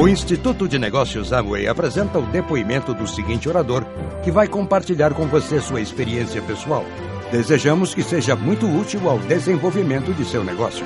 O Instituto de Negócios Amway apresenta o depoimento do seguinte orador, que vai compartilhar com você sua experiência pessoal. Desejamos que seja muito útil ao desenvolvimento de seu negócio.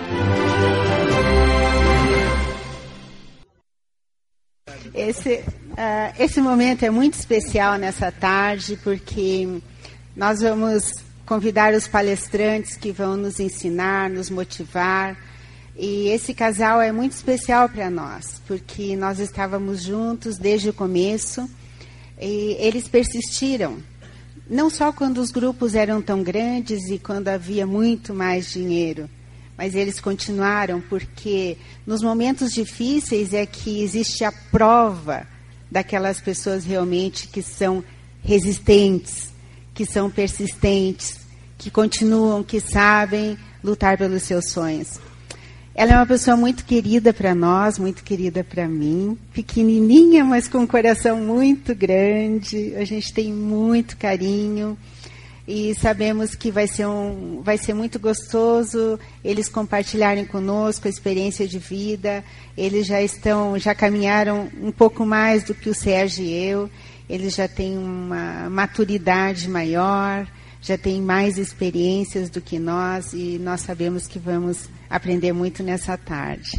Esse momento é muito especial nessa tarde, porque nós vamos convidar os palestrantes que vão nos ensinar, nos motivar. E esse casal é muito especial para nós, porque nós estávamos juntos desde o começo e eles persistiram. Não só quando os grupos eram tão grandes e quando havia muito mais dinheiro, mas eles continuaram porque nos momentos difíceis é que existe a prova daquelas pessoas realmente que são resistentes, que são persistentes, que continuam, que sabem lutar pelos seus sonhos. Ela é uma pessoa muito querida para nós, muito querida para mim, pequenininha, mas com um coração muito grande. A gente tem muito carinho e sabemos que vai ser muito gostoso eles compartilharem conosco a experiência de vida. Eles já caminharam um pouco mais do que o Sérgio e eu. Eles já têm uma maturidade maior, já têm mais experiências do que nós e nós sabemos que vamos aprender muito nessa tarde.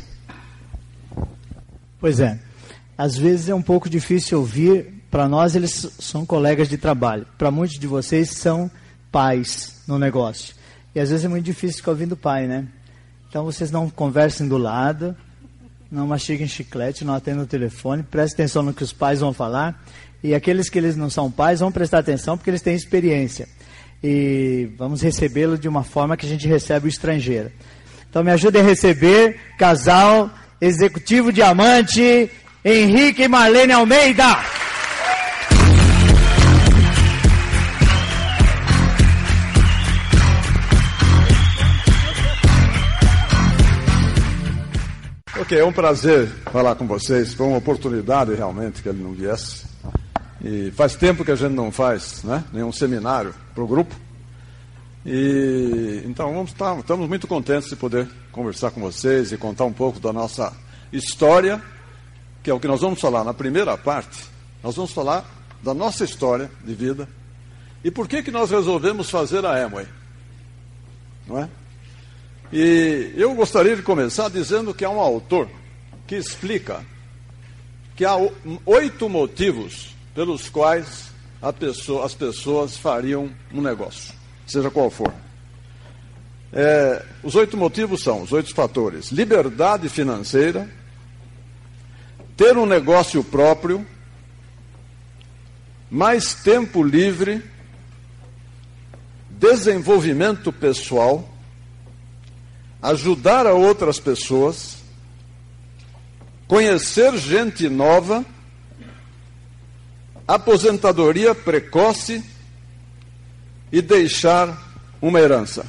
Pois é, às vezes é um pouco difícil ouvir. Para nós eles são colegas de trabalho, para muitos de vocês são pais no negócio, e às vezes é muito difícil ficar ouvindo pai, né? Então vocês não conversem do lado, não mastiguem chiclete, não atendam o telefone, prestem atenção no que os pais vão falar, e aqueles que eles não são pais vão prestar atenção porque eles têm experiência, e vamos recebê-lo de uma forma que a gente recebe o estrangeiro. Então me ajudem a receber casal executivo diamante, Henrique e Marlene Almeida. Ok, é um prazer falar com vocês. Foi uma oportunidade realmente que ele não viesse. E faz tempo que a gente não faz, né, nenhum seminário para o grupo. E então estamos muito contentes de poder conversar com vocês e contar um pouco da nossa história, que é o que nós vamos falar na primeira parte. Nós vamos falar da nossa história de vida e por que nós resolvemos fazer a Amway, não é? E eu gostaria de começar dizendo que há um autor que explica que há 8 motivos pelos quais as pessoas fariam um negócio, seja qual for. Os 8 motivos são, os 8 fatores: liberdade financeira, ter um negócio próprio, mais tempo livre, desenvolvimento pessoal, ajudar a outras pessoas, conhecer gente nova, aposentadoria precoce e deixar uma herança.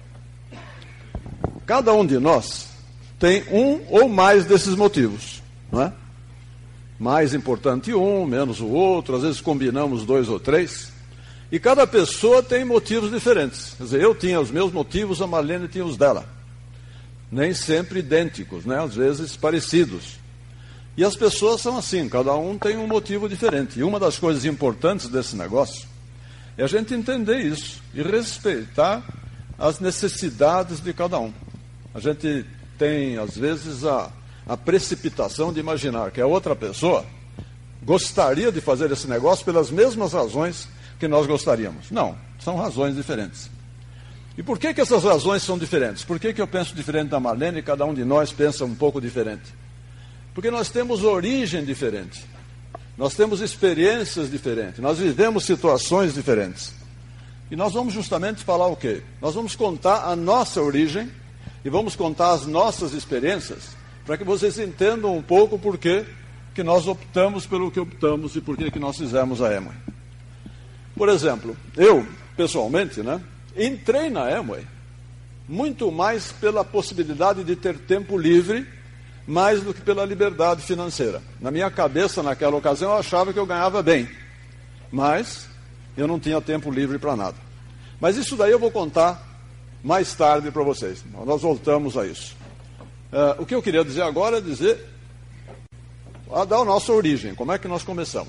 Cada um de nós tem um ou mais desses motivos, não é? Mais importante um, menos o outro, às vezes combinamos 2 ou 3. E cada pessoa tem motivos diferentes. Quer dizer, eu tinha os meus motivos, a Marlene tinha os dela. Nem sempre idênticos, né? Às vezes parecidos. E as pessoas são assim, cada um tem um motivo diferente. E uma das coisas importantes desse negócio é a gente entender isso e respeitar as necessidades de cada um. A gente tem, às vezes, a precipitação de imaginar que a outra pessoa gostaria de fazer esse negócio pelas mesmas razões que nós gostaríamos. Não, são razões diferentes. E por que essas razões são diferentes? Por que eu penso diferente da Marlene e cada um de nós pensa um pouco diferente? Porque nós temos origem diferente. Nós temos experiências diferentes. Nós vivemos situações diferentes. E nós vamos justamente falar o quê? Nós vamos contar a nossa origem e vamos contar as nossas experiências para que vocês entendam um pouco por que nós optamos pelo que optamos e por que nós fizemos a Amway. Por exemplo, eu, pessoalmente, né, entrei na Amway muito mais pela possibilidade de ter tempo livre, mais do que pela liberdade financeira. Na minha cabeça, naquela ocasião, eu achava que eu ganhava bem, mas eu não tinha tempo livre para nada. Mas isso daí eu vou contar mais tarde para vocês. Nós voltamos a isso. O que eu queria dizer agora é dizer da nossa origem, como é que nós começamos.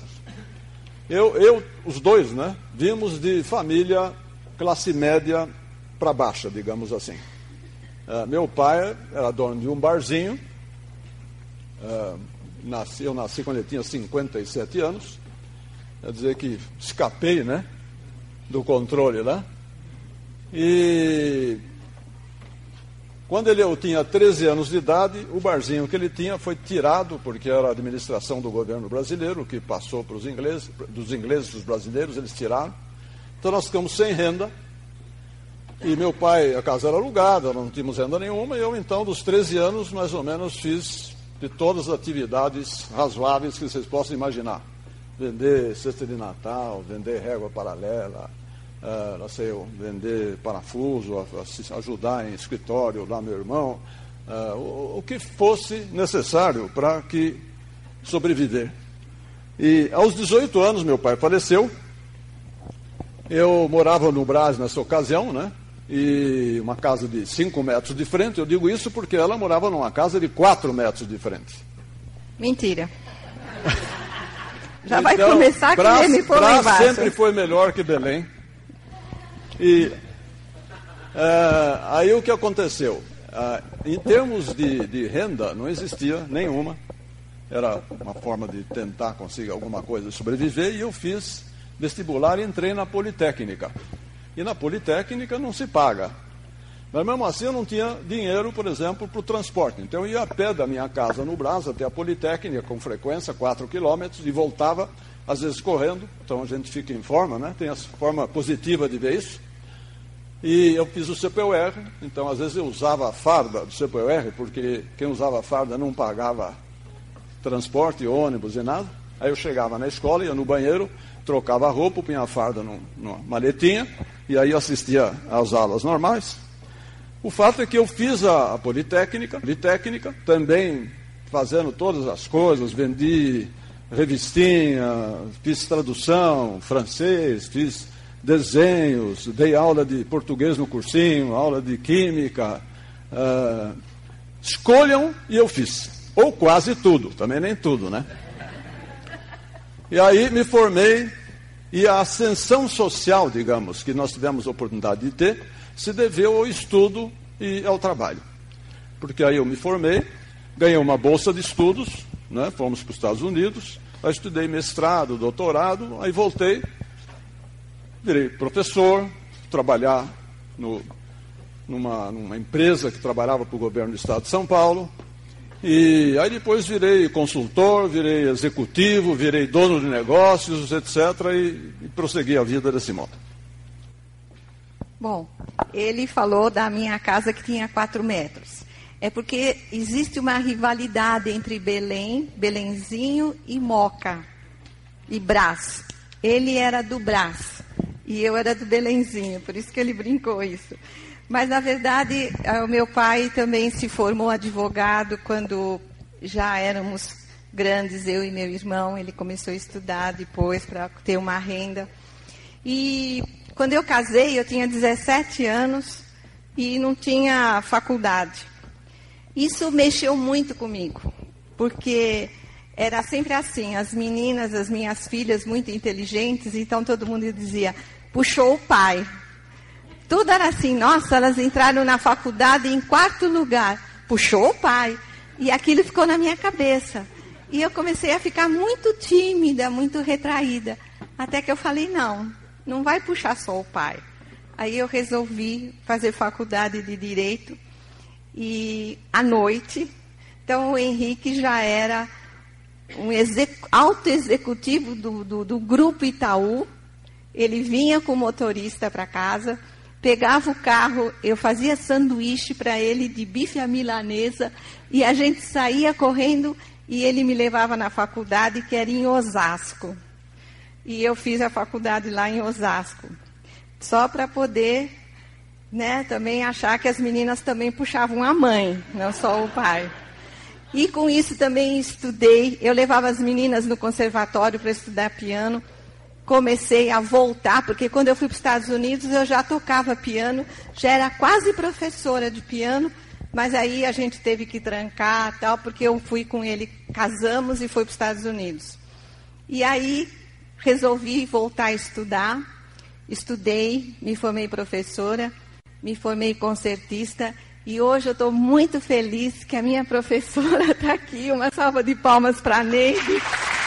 Os dois, né, vimos de família classe média para baixa, digamos assim. Meu pai era dono de um barzinho, eu nasci quando ele tinha 57 anos, quer dizer que escapei, né, do controle lá. E quando eu tinha 13 anos de idade, o barzinho que ele tinha foi tirado, porque era a administração do governo brasileiro, que passou para os ingleses, dos ingleses para os brasileiros, eles tiraram. Então nós ficamos sem renda, e meu pai, a casa era alugada, não tínhamos renda nenhuma, e eu então, dos 13 anos, mais ou menos, fiz de todas as atividades razoáveis que vocês possam imaginar. Vender cesta de Natal, vender régua paralela, vender parafuso, ajudar em escritório lá meu irmão, o que fosse necessário para que sobreviver. E aos 18 anos meu pai faleceu. Eu morava no Brás nessa ocasião, né? E uma casa de 5 metros de frente. Eu digo isso porque ela morava numa casa de 4 metros de frente. Mentira. Já então, vai começar a querer me pôr lá embaixo. Sempre foi melhor que Belém. E aí o que aconteceu? Em termos de renda, não existia nenhuma. Era uma forma de tentar conseguir alguma coisa, sobreviver, e eu fiz vestibular e entrei na Politécnica. E na Politécnica não se paga. Mas mesmo assim eu não tinha dinheiro, por exemplo, para o transporte. Então eu ia a pé da minha casa no Brás até a Politécnica, com frequência, 4 quilômetros, e voltava, às vezes correndo. Então a gente fica em forma, né? Tem a forma positiva de ver isso. E eu fiz o CPUR, então às vezes eu usava a farda do CPUR, porque quem usava a farda não pagava transporte, ônibus e nada. Aí eu chegava na escola, ia no banheiro, trocava a roupa, punha a farda numa maletinha, e aí eu assistia às aulas normais. O fato é que eu fiz a Politécnica, também fazendo todas as coisas, vendi revistinha, fiz tradução, francês, fiz desenhos, dei aula de português no cursinho, aula de química. Escolham e eu fiz. Ou quase tudo, também nem tudo, né? E aí me formei, e a ascensão social, digamos, que nós tivemos a oportunidade de ter, se deveu ao estudo e ao trabalho. Porque aí eu me formei, ganhei uma bolsa de estudos, né? Fomos para os Estados Unidos, aí estudei mestrado, doutorado, aí voltei, virei professor, trabalhar numa empresa que trabalhava para o governo do estado de São Paulo, e aí depois virei consultor, virei executivo, virei dono de negócios, etc., e prossegui a vida desse modo. Bom, ele falou da minha casa que tinha 4 metros. É porque existe uma rivalidade entre Belém, Belenzinho e Moca, e Brás. Ele era do Brás e eu era do Belenzinho, por isso que ele brincou isso. Mas, na verdade, o meu pai também se formou advogado quando já éramos grandes, eu e meu irmão. Ele começou a estudar depois para ter uma renda. E quando eu casei, eu tinha 17 anos e não tinha faculdade. Isso mexeu muito comigo, porque era sempre assim, as meninas, as minhas filhas muito inteligentes, então todo mundo dizia, puxou o pai. Tudo era assim, nossa, elas entraram na faculdade em 4º lugar, puxou o pai. E aquilo ficou na minha cabeça. E eu comecei a ficar muito tímida, muito retraída. Até que eu falei, não vai puxar só o pai. Aí eu resolvi fazer faculdade de Direito. E à noite, então o Henrique já era um alto executivo do Grupo Itaú. Ele vinha com o motorista para casa, pegava o carro, eu fazia sanduíche para ele de bife à milanesa e a gente saía correndo e ele me levava na faculdade, que era em Osasco. E eu fiz a faculdade lá em Osasco, só para poder, né, também achar que as meninas também puxavam a mãe, não só o pai. E com isso também estudei, eu levava as meninas no conservatório para estudar piano. Comecei a voltar, porque quando eu fui para os Estados Unidos eu já tocava piano, já era quase professora de piano, Mas aí a gente teve que trancar, tal, porque eu fui com ele, casamos e fui para os Estados Unidos. E aí resolvi voltar a estudar. Estudei, me formei professora, me formei concertista. E hoje eu estou muito feliz que a minha professora está aqui. Uma salva de palmas para a Neide.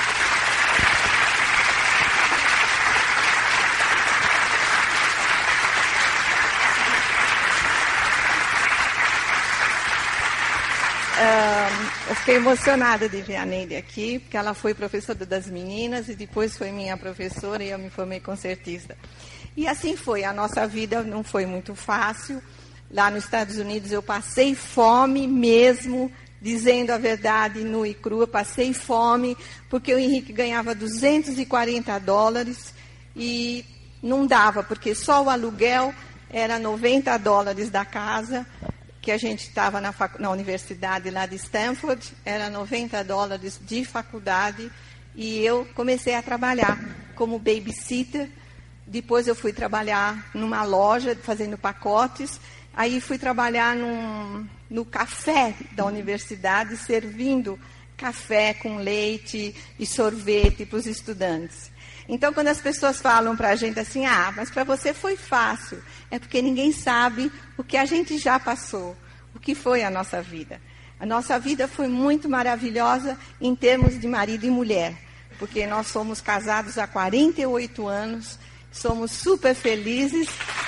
Eu fiquei emocionada de ver a Neide aqui, porque ela foi professora das meninas e depois foi minha professora e eu me formei concertista. E assim foi, a nossa vida não foi muito fácil. Lá nos Estados Unidos eu passei fome mesmo, dizendo a verdade nua e crua, passei fome, porque o Henrique ganhava $240 e não dava, porque só o aluguel era $90 da casa, que a gente estava na universidade lá de Stanford, era $90 de faculdade, e eu comecei a trabalhar como babysitter. Depois eu fui trabalhar numa loja, fazendo pacotes, aí fui trabalhar no café da universidade, servindo café com leite e sorvete para os estudantes. Então, quando as pessoas falam para a gente assim, mas para você foi fácil, é porque ninguém sabe o que a gente já passou, o que foi a nossa vida. A nossa vida foi muito maravilhosa em termos de marido e mulher, porque nós somos casados há 48 anos, somos super felizes.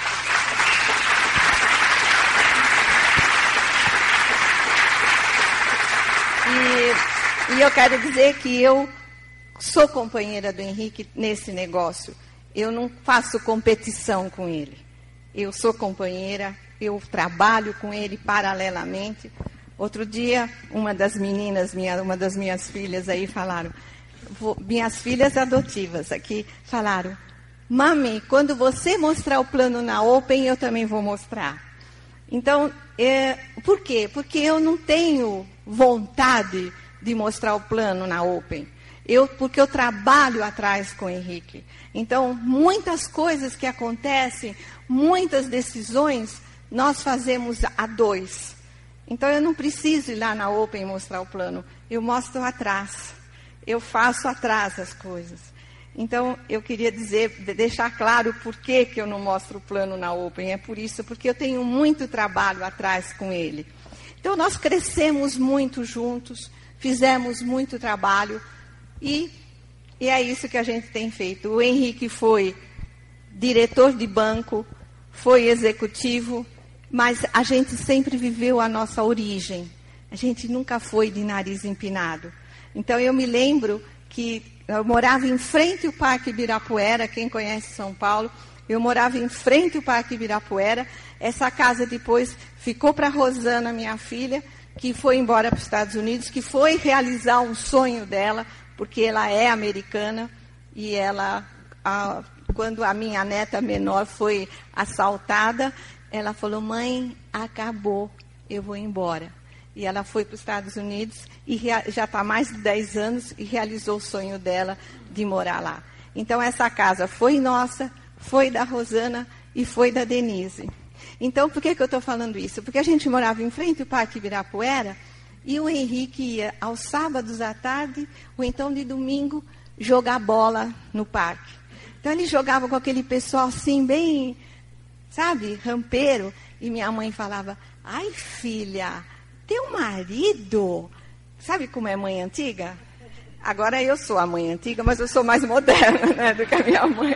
E eu quero dizer que eu sou companheira do Henrique nesse negócio. Eu não faço competição com ele. Eu sou companheira, eu trabalho com ele paralelamente. Outro dia, uma das meninas, uma das minhas filhas aí falaram, minhas filhas adotivas aqui, falaram, mami, quando você mostrar o plano na Open, eu também vou mostrar. Então, por quê? Porque eu não tenho vontade de mostrar o plano na Open. Porque eu trabalho atrás com o Henrique. Então, muitas coisas que acontecem, muitas decisões, nós fazemos a dois. Então, eu não preciso ir lá na Open mostrar o plano. Eu mostro atrás. Eu faço atrás as coisas. Então, eu queria deixar claro por que eu não mostro o plano na Open. É por isso, porque eu tenho muito trabalho atrás com ele. Então, nós crescemos muito juntos, fizemos muito trabalho e é isso que a gente tem feito. O Henrique foi diretor de banco, foi executivo, mas a gente sempre viveu a nossa origem. A gente nunca foi de nariz empinado. Então, eu me lembro que eu morava em frente ao Parque Ibirapuera, quem conhece São Paulo, eu morava em frente ao Parque Ibirapuera. Essa casa depois ficou para a Rosana, minha filha, que foi embora para os Estados Unidos, que foi realizar um sonho dela, porque ela é americana, e ela, quando a minha neta menor foi assaltada, ela falou, mãe, acabou, eu vou embora. E ela foi para os Estados Unidos e já está há mais de 10 anos e realizou o sonho dela de morar lá. Então, essa casa foi nossa, foi da Rosana e foi da Denise. Então, por que eu estou falando isso? Porque a gente morava em frente ao Parque Ibirapuera e o Henrique ia aos sábados à tarde ou então de domingo jogar bola no parque. Então, ele jogava com aquele pessoal assim, bem, sabe, rampeiro. E minha mãe falava, ai filha, teu marido, sabe como é mãe antiga? Agora eu sou a mãe antiga, mas eu sou mais moderna, né, do que a minha mãe.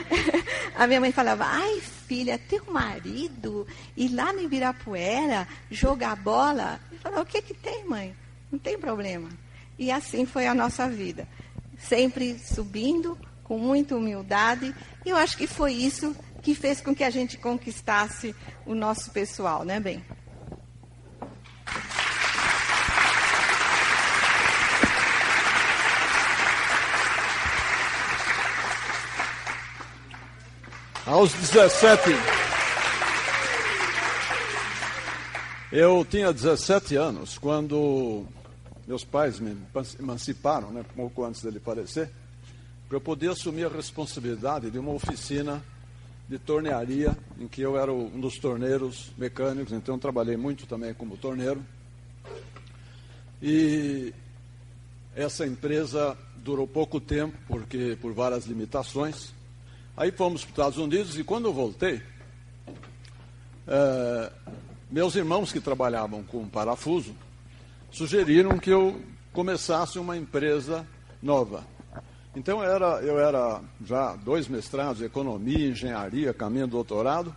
A minha mãe falava, ai filha, teu marido ir lá no Ibirapuera jogar bola? Eu falava, o que tem, mãe? Não tem problema. E assim foi a nossa vida. Sempre subindo, com muita humildade. E eu acho que foi isso que fez com que a gente conquistasse o nosso pessoal, né, bem? Aos 17, eu tinha 17 anos, quando meus pais me emanciparam, né, pouco antes dele falecer, para eu poder assumir a responsabilidade de uma oficina de tornearia, em que eu era um dos torneiros mecânicos, então trabalhei muito também como torneiro. E essa empresa durou pouco tempo, porque por várias limitações. Aí fomos para os Estados Unidos e quando eu voltei, meus irmãos que trabalhavam com parafuso sugeriram que eu começasse uma empresa nova. Então eu era já 2 mestrados, economia, engenharia, caminho do doutorado,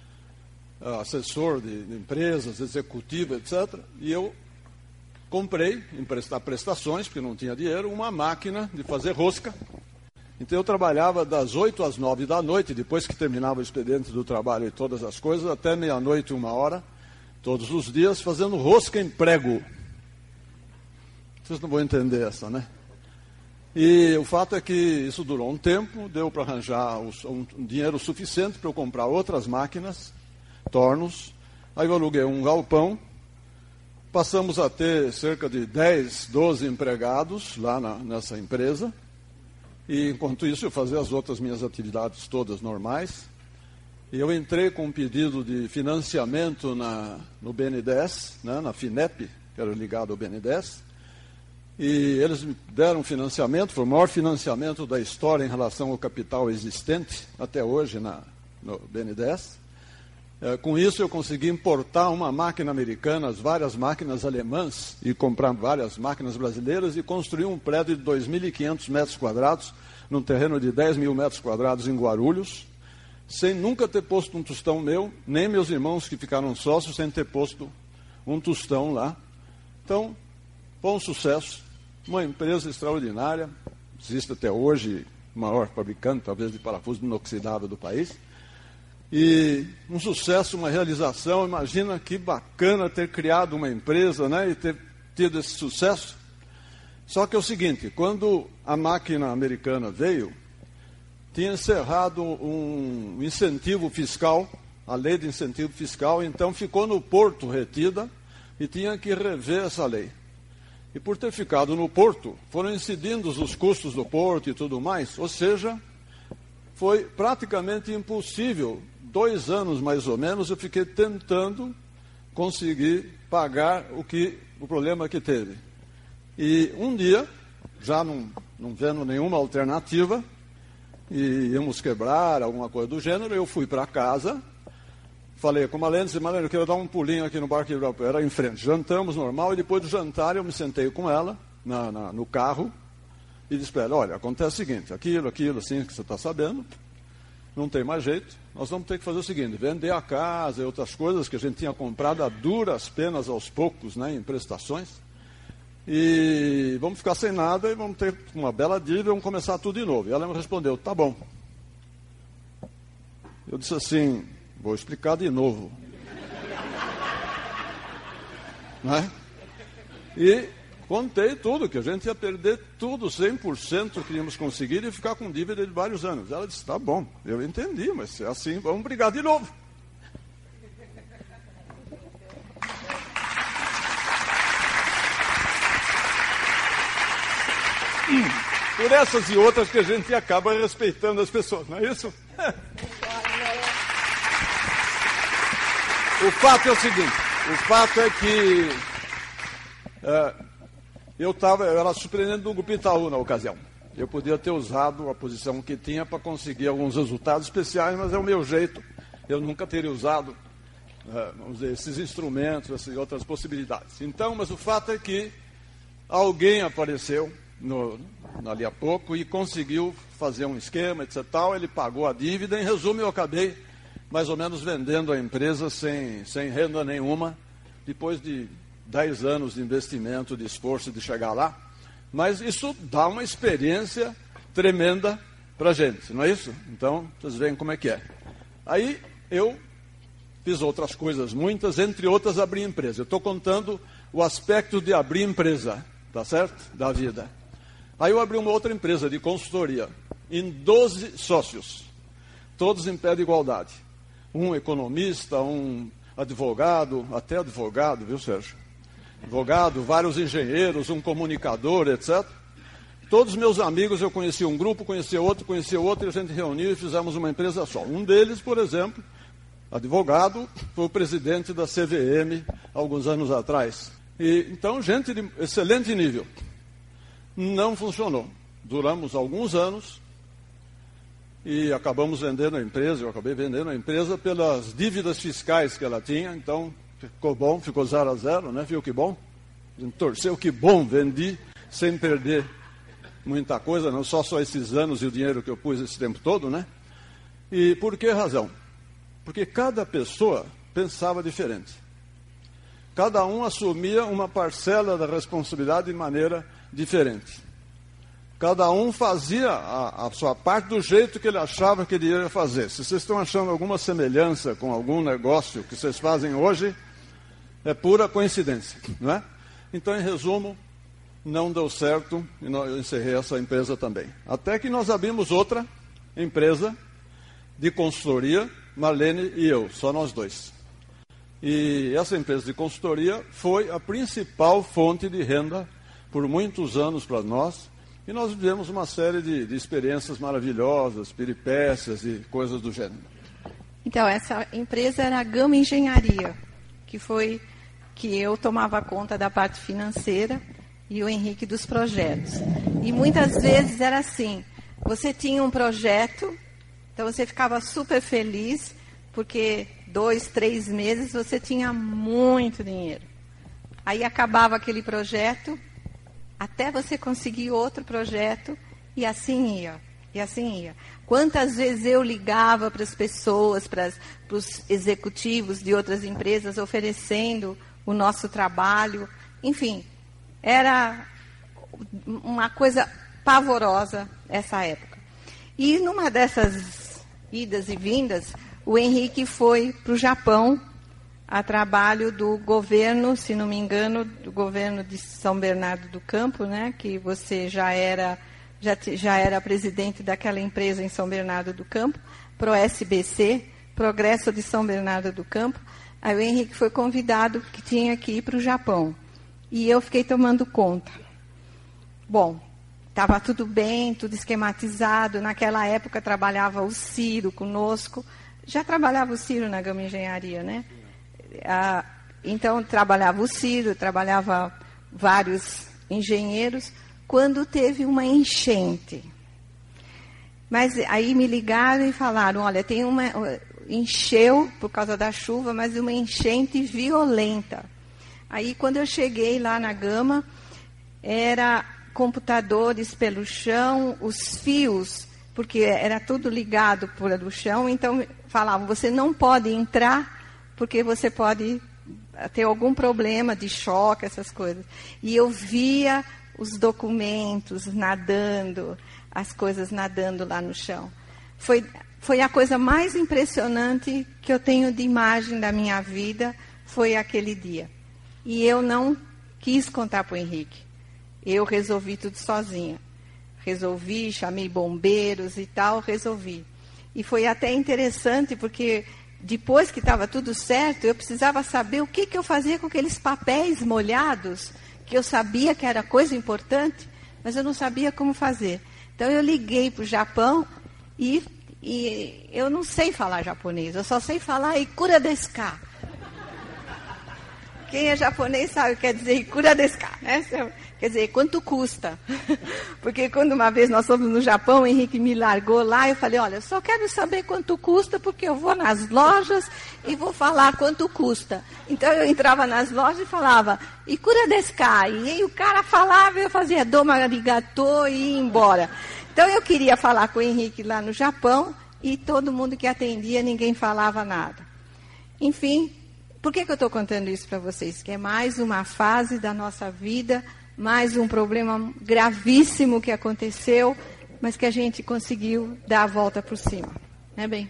assessor de empresas, executivo, etc. E eu comprei, emprestar prestações, porque não tinha dinheiro, uma máquina de fazer rosca. Então eu trabalhava das 8 às 9 da noite, depois que terminava o expediente do trabalho e todas as coisas, até meia-noite, 1h, todos os dias, fazendo rosca em prego. Vocês não vão entender essa, né? E o fato é que isso durou um tempo, deu para arranjar um dinheiro suficiente para eu comprar outras máquinas, tornos. Aí eu aluguei um galpão, passamos a ter cerca de 10, 12 empregados lá nessa empresa. E enquanto isso eu fazia as outras minhas atividades todas normais. E eu entrei com um pedido de financiamento no BNDES, né, na FINEP, que era ligado ao BNDES. E eles me deram financiamento, foi o maior financiamento da história em relação ao capital existente, até hoje no BNDES. Com isso eu consegui importar uma máquina americana, várias máquinas alemãs, e comprar várias máquinas brasileiras, e construir um prédio de 2.500 metros quadrados, num terreno de 10 mil metros quadrados em Guarulhos, sem nunca ter posto um tostão meu, nem meus irmãos que ficaram sócios, sem ter posto um tostão lá. Então, foi um sucesso. Uma empresa extraordinária, existe até hoje, o maior fabricante, talvez, de parafuso inoxidável do país. E um sucesso, uma realização. Imagina que bacana ter criado uma empresa, né, e ter tido esse sucesso. Só que é o seguinte, quando a máquina americana veio, tinha encerrado um incentivo fiscal, a lei de incentivo fiscal, então ficou no porto retida e tinha que rever essa lei. E por ter ficado no porto, foram incidindo os custos do porto e tudo mais. Ou seja, foi praticamente impossível. 2 anos mais ou menos eu fiquei tentando conseguir pagar o problema que teve. E um dia, já não vendo nenhuma alternativa, e íamos quebrar, alguma coisa do gênero, eu fui para casa. Falei com a Marlene, disse, Marlene, eu quero dar um pulinho aqui no Barco Ibirapuera, era em frente. Jantamos normal e depois do jantar eu me sentei com ela no carro e disse para ela, olha, acontece o seguinte, aquilo, assim, que você está sabendo, não tem mais jeito, nós vamos ter que fazer o seguinte, vender a casa e outras coisas que a gente tinha comprado a duras penas aos poucos, né, em prestações, e vamos ficar sem nada e vamos ter uma bela dívida e vamos começar tudo de novo. E ela me respondeu, tá bom. Eu disse assim, vou explicar de novo. Né? E contei tudo, que a gente ia perder tudo, 100% que íamos conseguir e ficar com dívida de vários anos. Ela disse, tá bom, eu entendi, mas se é assim, vamos brigar de novo. Por essas e outras que a gente acaba respeitando as pessoas, não é isso? O fato é o seguinte, o fato é que eu era superintendente do Grupo Itaú na ocasião. Eu podia ter usado a posição que tinha para conseguir alguns resultados especiais, mas é o meu jeito. Eu nunca teria usado vamos dizer, esses instrumentos, essas outras possibilidades. Então, mas o fato é que alguém apareceu ali há pouco e conseguiu fazer um esquema, etc. Ele pagou a dívida. Em resumo, eu acabei mais ou menos vendendo a empresa sem renda nenhuma, depois de 10 anos de investimento, de esforço de chegar lá. Mas isso dá uma experiência tremenda para a gente, não é isso? Então, vocês veem como é que é. Aí eu fiz outras coisas, muitas, entre outras abri empresa. Eu estou contando o aspecto de abrir empresa, tá certo? Da vida. Aí eu abri uma outra empresa de consultoria, em 12 sócios, todos em pé de igualdade. Um economista, um advogado, até advogado, viu, Sérgio? Advogado, vários engenheiros, um comunicador, etc. todos os meus amigos, eu conhecia um grupo, conhecia outro, e a gente reuniu e fizemos uma empresa só. Um deles, por exemplo, advogado, foi o presidente da CVM alguns anos atrás. E, então, gente de excelente nível. Não funcionou. Duramos alguns anos e acabamos vendendo a empresa. Eu acabei vendendo a empresa pelas dívidas fiscais que ela tinha. Então, ficou bom, ficou 0-0, né? Viu que bom? A gente torceu, que bom, vendi sem perder muita coisa, não só esses anos e o dinheiro que eu pus esse tempo todo, né? E por que razão? Porque cada pessoa pensava diferente. Cada um assumia uma parcela da responsabilidade de maneira diferente. Cada um fazia a sua parte do jeito que ele achava que ele ia fazer. Se vocês estão achando alguma semelhança com algum negócio que vocês fazem hoje, é pura coincidência, não é? Então, em resumo, não deu certo e eu encerrei essa empresa também. Até que nós abrimos outra empresa de consultoria, Marlene e eu, só nós dois. E essa empresa de consultoria foi a principal fonte de renda por muitos anos para nós. E nós vivemos uma série de experiências maravilhosas, peripécias e coisas do gênero. Então, essa empresa era a Gama Engenharia, que foi que eu tomava conta da parte financeira e o Henrique dos projetos. E muitas vezes era assim, você tinha um projeto, então você ficava super feliz, porque 2, 3 meses você tinha muito dinheiro. Aí acabava aquele projeto, até você conseguir outro projeto, e assim ia, e assim ia. Quantas vezes eu ligava para as pessoas, para os executivos de outras empresas, oferecendo o nosso trabalho, enfim, era uma coisa pavorosa essa época. E numa dessas idas e vindas, o Henrique foi para o Japão a trabalho do governo, se não me engano, do governo de São Bernardo do Campo, né, que você já era presidente daquela empresa em São Bernardo do Campo, ProSBC, Progresso de São Bernardo do Campo. Aí o Henrique foi convidado, que tinha que ir para o Japão. E eu fiquei tomando conta. Bom, estava tudo bem, tudo esquematizado. Naquela época trabalhava o Ciro conosco. Já trabalhava o Ciro na Gama Engenharia, né? Então, trabalhava o Ciro, trabalhava vários engenheiros, quando teve uma enchente. Mas aí me ligaram e falaram, olha, encheu por causa da chuva, mas uma enchente violenta. Aí, quando eu cheguei lá na Gama, era computadores pelo chão, os fios, porque era tudo ligado pelo chão, então falavam, você não pode entrar, porque você pode ter algum problema de choque, essas coisas. E eu via os documentos nadando, as coisas nadando lá no chão. Foi a coisa mais impressionante que eu tenho de imagem da minha vida, foi aquele dia. E eu não quis contar para o Henrique. Eu resolvi tudo sozinha. Resolvi, chamei bombeiros e tal, resolvi. E foi até interessante, porque depois que estava tudo certo, eu precisava saber o que eu fazia com aqueles papéis molhados, que eu sabia que era coisa importante, mas eu não sabia como fazer. Então eu liguei para o Japão e eu não sei falar japonês, eu só sei falar Ikura desu ka. Quem é japonês sabe o que quer dizer Ikura desu ka, né? Quer dizer, quanto custa? Porque quando uma vez nós fomos no Japão, o Henrique me largou lá, eu falei, olha, eu só quero saber quanto custa, porque eu vou nas lojas e vou falar quanto custa. Então eu entrava nas lojas e falava, Ikura desu ka? E aí o cara falava, eu fazia domo arigato e ia embora. Então eu queria falar com o Henrique lá no Japão e todo mundo que atendia, ninguém falava nada. Enfim, por que eu estou contando isso para vocês? Que é mais uma fase da nossa vida, mais um problema gravíssimo que aconteceu, mas que a gente conseguiu dar a volta por cima. Né, bem?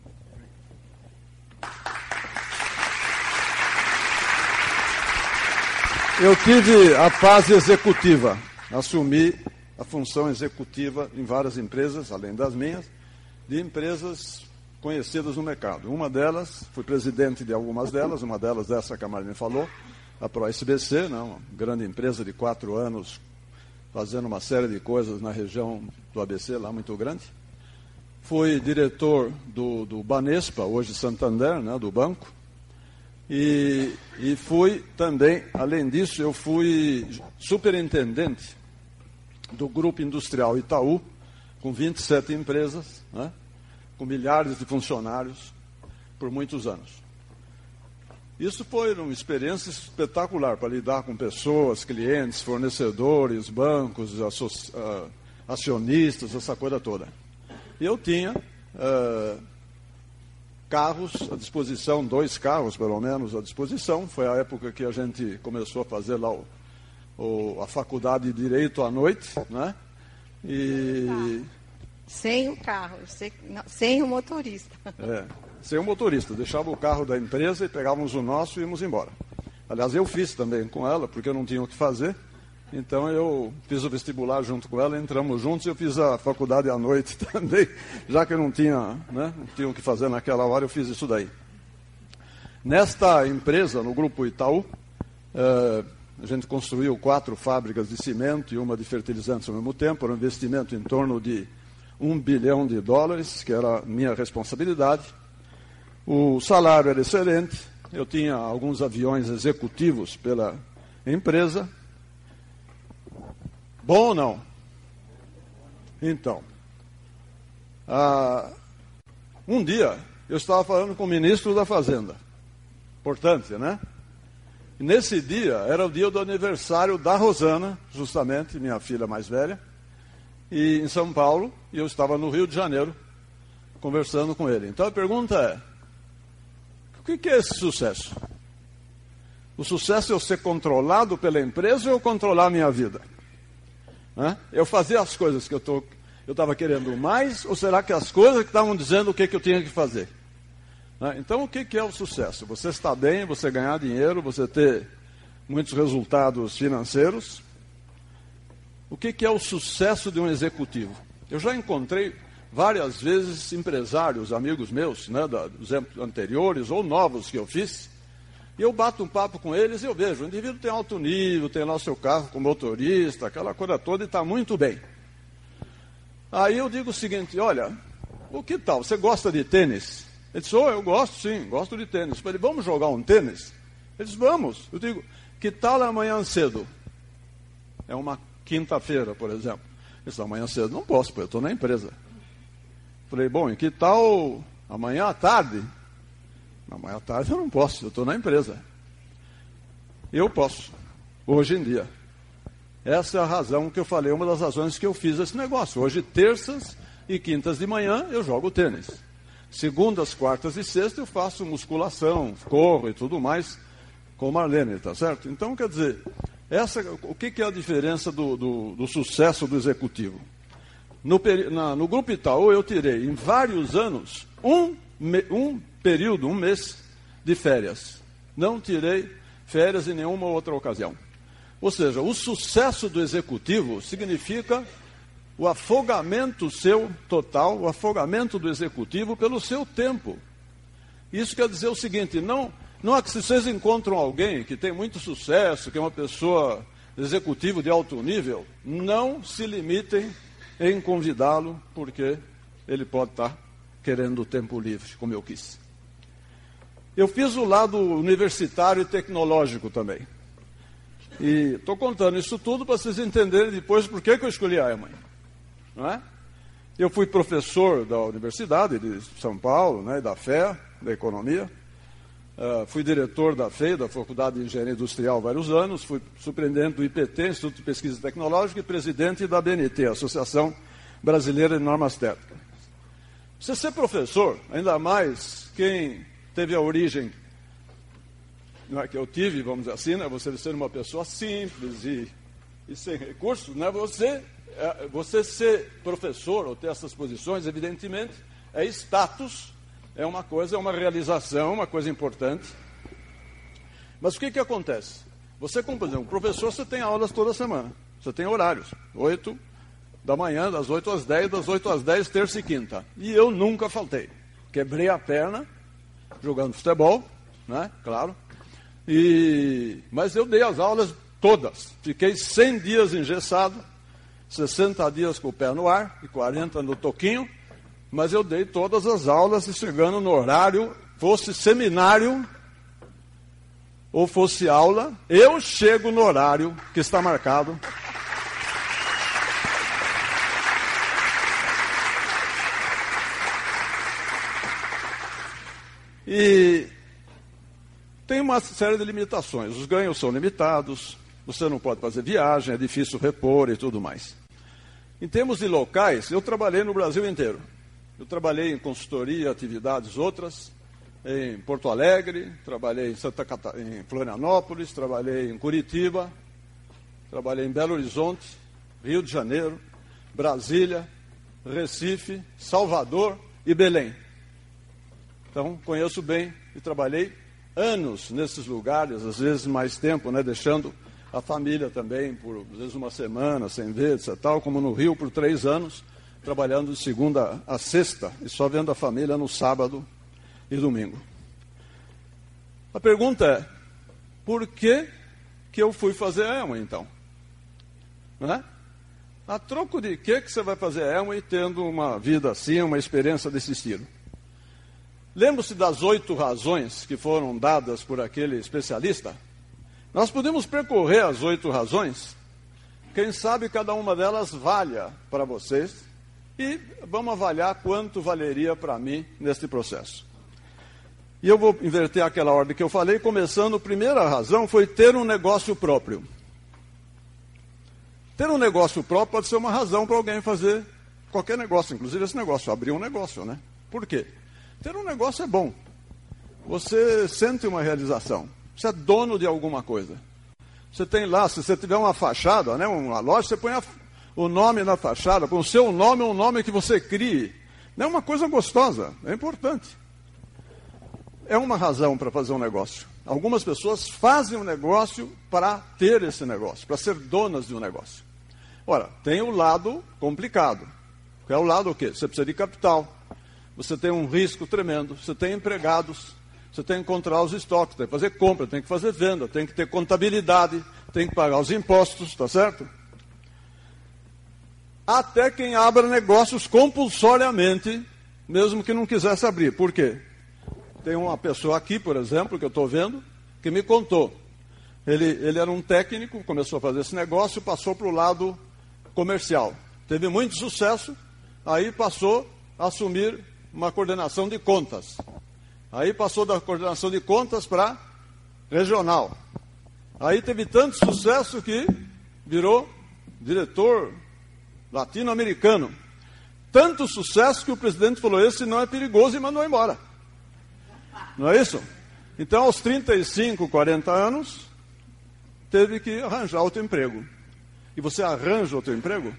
Eu tive a fase executiva, assumi a função executiva em várias empresas, além das minhas, de empresas conhecidas no mercado. Uma delas, fui presidente de algumas delas, uma delas dessa que a Marlene falou, a ProSBC, né, uma grande empresa de 4 anos, fazendo uma série de coisas na região do ABC, lá muito grande. Fui diretor do Banespa, hoje Santander, né, do banco. E fui também, além disso, eu fui superintendente do Grupo Industrial Itaú, com 27 empresas, né, com milhares de funcionários, por muitos anos. Isso foi uma experiência espetacular para lidar com pessoas, clientes, fornecedores, bancos, acionistas, essa coisa toda. E eu tinha carros à disposição, 2 carros pelo menos à disposição. Foi a época que a gente começou a fazer lá a faculdade de Direito à noite, né? E... Sem o carro, sem o motorista. Sem o motorista. Deixava o carro da empresa e pegávamos o nosso e íamos embora. Aliás, eu fiz também com ela, porque eu não tinha o que fazer. Então eu fiz o vestibular junto com ela, entramos juntos e eu fiz a faculdade à noite também, já que eu não tinha o que fazer naquela hora, eu fiz isso daí. Nesta empresa, no Grupo Itaú, a gente construiu 4 fábricas de cimento e uma de fertilizantes ao mesmo tempo, era um investimento em torno de $1 bilhão, que era a minha responsabilidade. O salário era excelente, eu tinha alguns aviões executivos pela empresa. Bom ou não? Então, um dia eu estava falando com o ministro da Fazenda, importante, né? E nesse dia, era o dia do aniversário da Rosana, justamente, minha filha mais velha, e em São Paulo, e eu estava no Rio de Janeiro, conversando com ele. Então a pergunta é, o que é esse sucesso? O sucesso é eu ser controlado pela empresa ou eu controlar a minha vida? Eu fazia as coisas que eu estava querendo mais, ou será que as coisas que estavam dizendo o que eu tinha que fazer? Então, o que é o sucesso? Você estar bem, você ganhar dinheiro, você ter muitos resultados financeiros. O que é o sucesso de um executivo? Eu já encontrei várias vezes empresários, amigos meus, né, dos anos anteriores ou novos que eu fiz, e eu bato um papo com eles e eu vejo, o indivíduo tem alto nível, tem lá o seu carro com motorista, aquela coisa toda, e está muito bem. Aí eu digo o seguinte, olha, o que tal, você gosta de tênis? Ele disse, eu gosto sim, gosto de tênis. Eu falei, vamos jogar um tênis? Ele disse, vamos. Eu digo, que tal amanhã cedo? É uma quinta-feira, por exemplo. Ele disse, amanhã cedo não posso, porque eu estou na empresa. Eu falei, bom, e que tal amanhã à tarde? Amanhã à tarde eu não posso, eu estou na empresa. Eu posso, hoje em dia. Essa é a razão que eu falei, uma das razões que eu fiz esse negócio. Hoje, terças e quintas de manhã, eu jogo tênis. Segundas, quartas e sextas, eu faço musculação, corro e tudo mais com Marlene, tá certo? Então, quer dizer, o que é a diferença do sucesso do executivo? No Grupo Itaú, eu tirei, em vários anos, um mês de férias. Não tirei férias em nenhuma outra ocasião. Ou seja, o sucesso do executivo significa o afogamento seu total, o afogamento do executivo pelo seu tempo. Isso quer dizer o seguinte, não é que se vocês encontram alguém que tem muito sucesso, que é uma pessoa executivo de alto nível, não se limitem em convidá-lo, porque ele pode estar querendo tempo livre, como eu quis. Eu fiz o lado universitário e tecnológico também. E estou contando isso tudo para vocês entenderem depois por que eu escolhi a EMAN. Não é? Eu fui professor da Universidade de São Paulo, né, da FEA, da Economia. Fui diretor da FEI, da Faculdade de Engenharia Industrial, vários anos. Fui superintendente do IPT, Instituto de Pesquisa Tecnológica, e presidente da BNT, Associação Brasileira de Normas Técnicas. Você ser professor, ainda mais quem teve a origem, não é, que eu tive, vamos dizer assim, né, você ser uma pessoa simples e sem recursos, né, você ser professor ou ter essas posições, evidentemente, é status, é uma coisa, é uma realização, uma coisa importante. Mas o que acontece? Você, como por exemplo, professor, você tem aulas toda semana, você tem horários, 8 da manhã, das 8 às 10, das 8 às 10, terça e quinta. E eu nunca faltei. Quebrei a perna jogando futebol, né, claro, mas eu dei as aulas todas. Fiquei 100 dias engessado, 60 dias com o pé no ar e 40 no toquinho, mas eu dei todas as aulas e chegando no horário, fosse seminário ou fosse aula, eu chego no horário que está marcado. E tem uma série de limitações. Os ganhos são limitados, você não pode fazer viagem, é difícil repor e tudo mais. Em termos de locais, eu trabalhei no Brasil inteiro. Eu trabalhei em consultoria, atividades outras, em Porto Alegre, trabalhei em Florianópolis, trabalhei em Curitiba, trabalhei em Belo Horizonte, Rio de Janeiro, Brasília, Recife, Salvador e Belém. Então, conheço bem e trabalhei anos nesses lugares, às vezes mais tempo, né, deixando a família também, por às vezes uma semana, sem ver, etc. Tal, como no Rio, por 3 anos, trabalhando de segunda a sexta e só vendo a família no sábado e domingo. A pergunta é, por que eu fui fazer Amway, então? Não é? A troco de que você vai fazer Amway tendo uma vida assim, uma experiência desse estilo? Lembre-se das 8 razões que foram dadas por aquele especialista? Nós podemos percorrer as 8 razões, quem sabe cada uma delas valha para vocês, e vamos avaliar quanto valeria para mim neste processo. E eu vou inverter aquela ordem que eu falei, começando, a primeira razão foi ter um negócio próprio. Ter um negócio próprio pode ser uma razão para alguém fazer qualquer negócio, inclusive esse negócio, abrir um negócio, né? Por quê? Ter um negócio é bom. Você sente uma realização. Você é dono de alguma coisa. Você tem lá, se você tiver uma fachada, né, uma loja, você põe o nome na fachada, põe o seu nome, um nome que você crie. Não é uma coisa gostosa, é importante. É uma razão para fazer um negócio. Algumas pessoas fazem um negócio para ter esse negócio, para ser donas de um negócio. Ora, tem o lado complicado. Que é o lado o quê? Você precisa de capital. Você tem um risco tremendo, você tem empregados, você tem que controlar os estoques, tem que fazer compra, tem que fazer venda, tem que ter contabilidade, tem que pagar os impostos, tá certo? Até quem abra negócios compulsoriamente, mesmo que não quisesse abrir. Por quê? Tem uma pessoa aqui, por exemplo, que eu estou vendo, que me contou. Ele era um técnico, começou a fazer esse negócio, passou para o lado comercial. Teve muito sucesso, aí passou a assumir uma coordenação de contas. Aí passou da coordenação de contas para regional. Aí teve tanto sucesso que virou diretor latino-americano. Tanto sucesso que o presidente falou, esse não é perigoso, e mandou embora. Não é isso? Então, aos 35, 40 anos, teve que arranjar outro emprego. E você arranja outro emprego?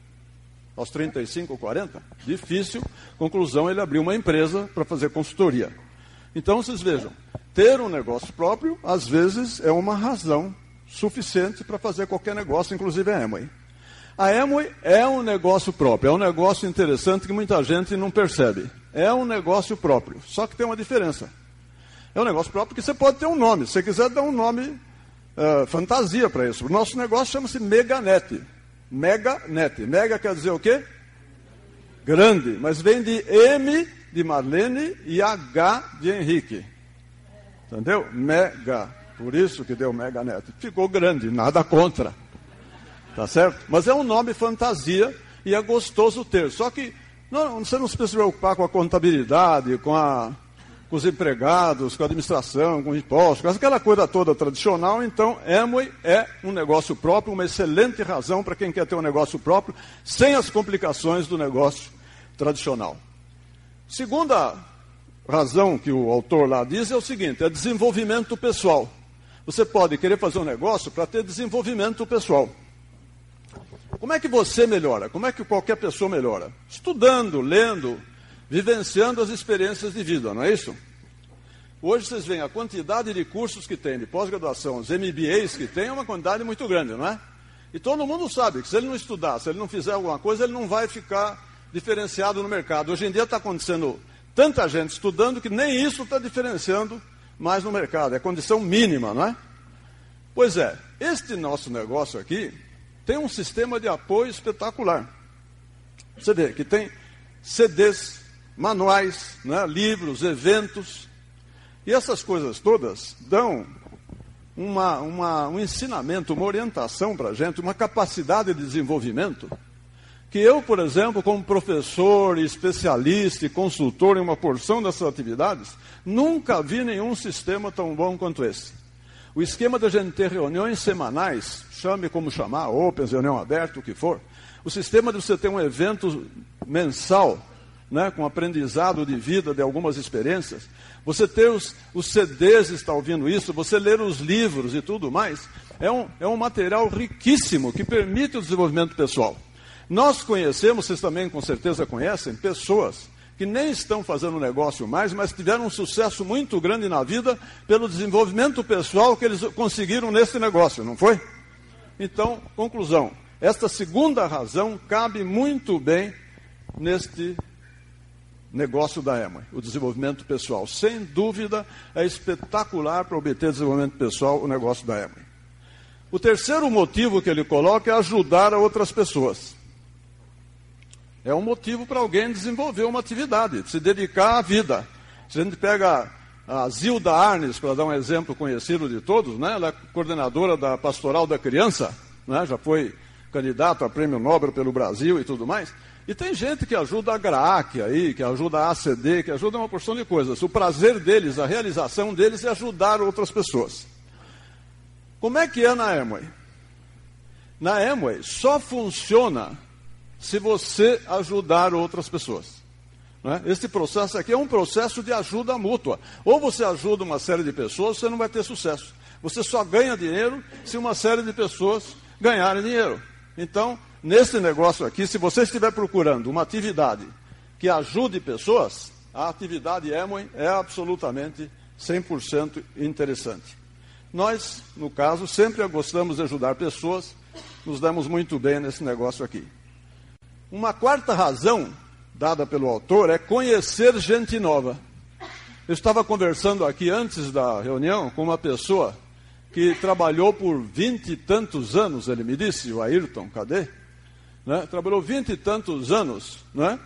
Aos 35, 40? Difícil. Conclusão, ele abriu uma empresa para fazer consultoria. Então, vocês vejam, ter um negócio próprio, às vezes, é uma razão suficiente para fazer qualquer negócio, inclusive a Amway. A Amway é um negócio próprio, é um negócio interessante que muita gente não percebe. É um negócio próprio, só que tem uma diferença. É um negócio próprio que você pode ter um nome, se você quiser dar um nome fantasia para isso. O nosso negócio chama-se Meganet. Meganet. Mega quer dizer o quê? Grande, mas vem de M de Marlene e H de Henrique. Entendeu? Mega. Por isso que deu Meganet. Ficou grande, nada contra. Tá certo? Mas é um nome fantasia e é gostoso ter. Só que você não se precisa preocupar com a contabilidade, com os empregados, com a administração, com impostos, com aquela coisa toda tradicional. Então, Amway é um negócio próprio, uma excelente razão para quem quer ter um negócio próprio, sem as complicações do negócio tradicional. Segunda razão que o autor lá diz é o seguinte, é desenvolvimento pessoal. Você pode querer fazer um negócio para ter desenvolvimento pessoal. Como é que você melhora? Como é que qualquer pessoa melhora? Estudando, lendo, vivenciando as experiências de vida, não é isso? Hoje vocês veem a quantidade de cursos que tem, de pós-graduação, os MBAs que tem, é uma quantidade muito grande, não é? E todo mundo sabe que se ele não estudar, se ele não fizer alguma coisa, ele não vai ficar diferenciado no mercado. Hoje em dia está acontecendo tanta gente estudando que nem isso está diferenciando mais no mercado. É condição mínima, não é? Pois é, este nosso negócio aqui tem um sistema de apoio espetacular. Você vê que tem CDs, manuais, né, livros, eventos, e essas coisas todas dão um ensinamento, uma orientação para a gente, uma capacidade de desenvolvimento, que eu, por exemplo, como professor, especialista e consultor em uma porção dessas atividades, nunca vi nenhum sistema tão bom quanto esse. O esquema da gente ter reuniões semanais, chame como chamar, opens, reunião aberta, o que for, o sistema de você ter um evento mensal, né, com aprendizado de vida, de algumas experiências, você ter os CDs, está ouvindo isso, você ler os livros e tudo mais, é um material riquíssimo que permite o desenvolvimento pessoal. Nós conhecemos, vocês também com certeza conhecem, pessoas que nem estão fazendo negócio mais, mas tiveram um sucesso muito grande na vida pelo desenvolvimento pessoal que eles conseguiram nesse negócio, não foi? Então, conclusão, esta segunda razão cabe muito bem neste negócio da Amway, o desenvolvimento pessoal. Sem dúvida, é espetacular para obter desenvolvimento pessoal o negócio da Amway. O terceiro motivo que ele coloca é ajudar a outras pessoas. É um motivo para alguém desenvolver uma atividade, se dedicar à vida. Se a gente pega a Zilda Arnes, para dar um exemplo conhecido de todos, né? Ela é coordenadora da Pastoral da Criança, né? Já foi candidata a Prêmio Nobel pelo Brasil e tudo mais. E tem gente que ajuda a GRAAC aí, que ajuda a ACD, que ajuda uma porção de coisas. O prazer deles, a realização deles é ajudar outras pessoas. Como é que é na Amway? Na Amway só funciona se você ajudar outras pessoas. Né? Este processo aqui é um processo de ajuda mútua. Ou você ajuda uma série de pessoas, você não vai ter sucesso. Você só ganha dinheiro se uma série de pessoas ganharem dinheiro. Então, nesse negócio aqui, se você estiver procurando uma atividade que ajude pessoas, a atividade Amway é absolutamente 100% interessante. Nós, no caso, sempre gostamos de ajudar pessoas, nos damos muito bem nesse negócio aqui. Uma quarta razão dada pelo autor é conhecer gente nova. Eu estava conversando aqui antes da reunião com uma pessoa que trabalhou por 20 e tantos anos, ele me disse, o Ayrton, cadê? Né? Trabalhou 20 e tantos anos, né?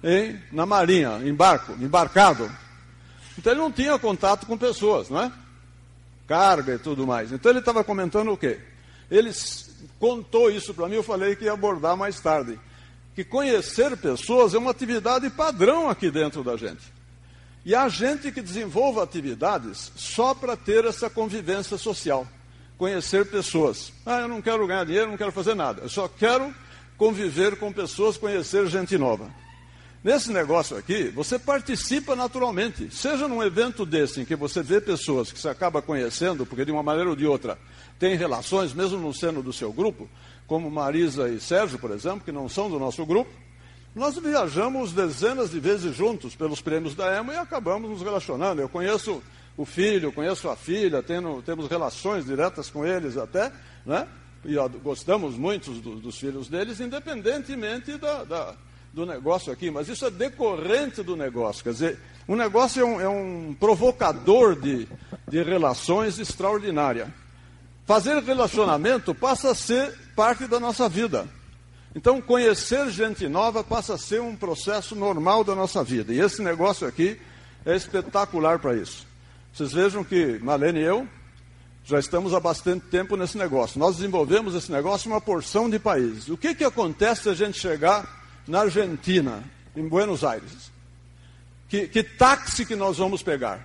Na marinha, embarcado. Então ele não tinha contato com pessoas, não é? Carga e tudo mais. Então ele estava comentando o quê? Ele contou isso para mim, eu falei que ia abordar mais tarde. Que conhecer pessoas é uma atividade padrão aqui dentro da gente. E há gente que desenvolve atividades só para ter essa convivência social. Conhecer pessoas. Eu não quero ganhar dinheiro, não quero fazer nada. Eu só quero conviver com pessoas, conhecer gente nova. Nesse negócio aqui, você participa naturalmente. Seja num evento desse, em que você vê pessoas que você acaba conhecendo, porque de uma maneira ou de outra tem relações, mesmo não sendo do seu grupo, como Marisa e Sérgio, por exemplo, que não são do nosso grupo, nós viajamos dezenas de vezes juntos pelos prêmios da Amway e acabamos nos relacionando. Eu conheço o filho, conheço a filha, temos relações diretas com eles até, né? E gostamos muito dos filhos deles, independentemente do negócio aqui. Mas isso é decorrente do negócio. Quer dizer, o negócio é um provocador de relações extraordinária. Fazer relacionamento passa a ser parte da nossa vida. Então, conhecer gente nova passa a ser um processo normal da nossa vida. E esse negócio aqui é espetacular para isso. Vocês vejam que Marlene e eu já estamos há bastante tempo nesse negócio. Nós desenvolvemos esse negócio em uma porção de países. O que acontece se a gente chegar na Argentina, em Buenos Aires? Que táxi que nós vamos pegar?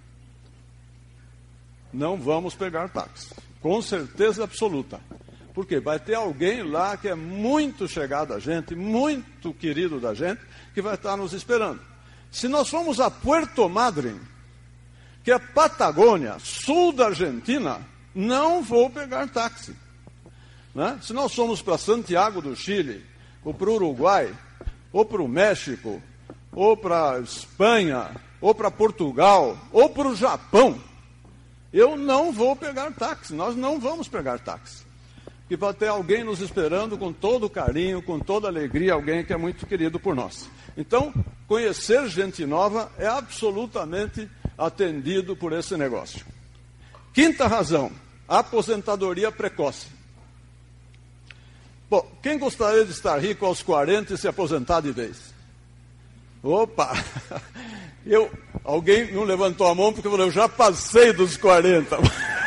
Não vamos pegar táxi. Com certeza absoluta. Porque vai ter alguém lá que é muito chegado a gente, muito querido da gente, que vai estar nos esperando. Se nós formos a Puerto Madryn, que é Patagônia, sul da Argentina, não vou pegar táxi. Né? Se nós formos para Santiago do Chile, ou para o Uruguai, ou para o México, ou para a Espanha, ou para Portugal, ou para o Japão, eu não vou pegar táxi, nós não vamos pegar táxi. Que vai ter alguém nos esperando com todo carinho, com toda alegria, alguém que é muito querido por nós. Então, conhecer gente nova é absolutamente atendido por esse negócio. Quinta razão, aposentadoria precoce. Bom, quem gostaria de estar rico aos 40 e se aposentar de vez? Opa! Alguém não levantou a mão porque falou, eu já passei dos 40.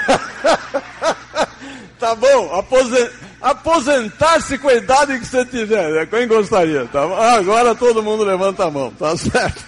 Tá bom, aposentar-se com a idade que você tiver, né? Quem gostaria? Tá? Agora todo mundo levanta a mão, tá certo?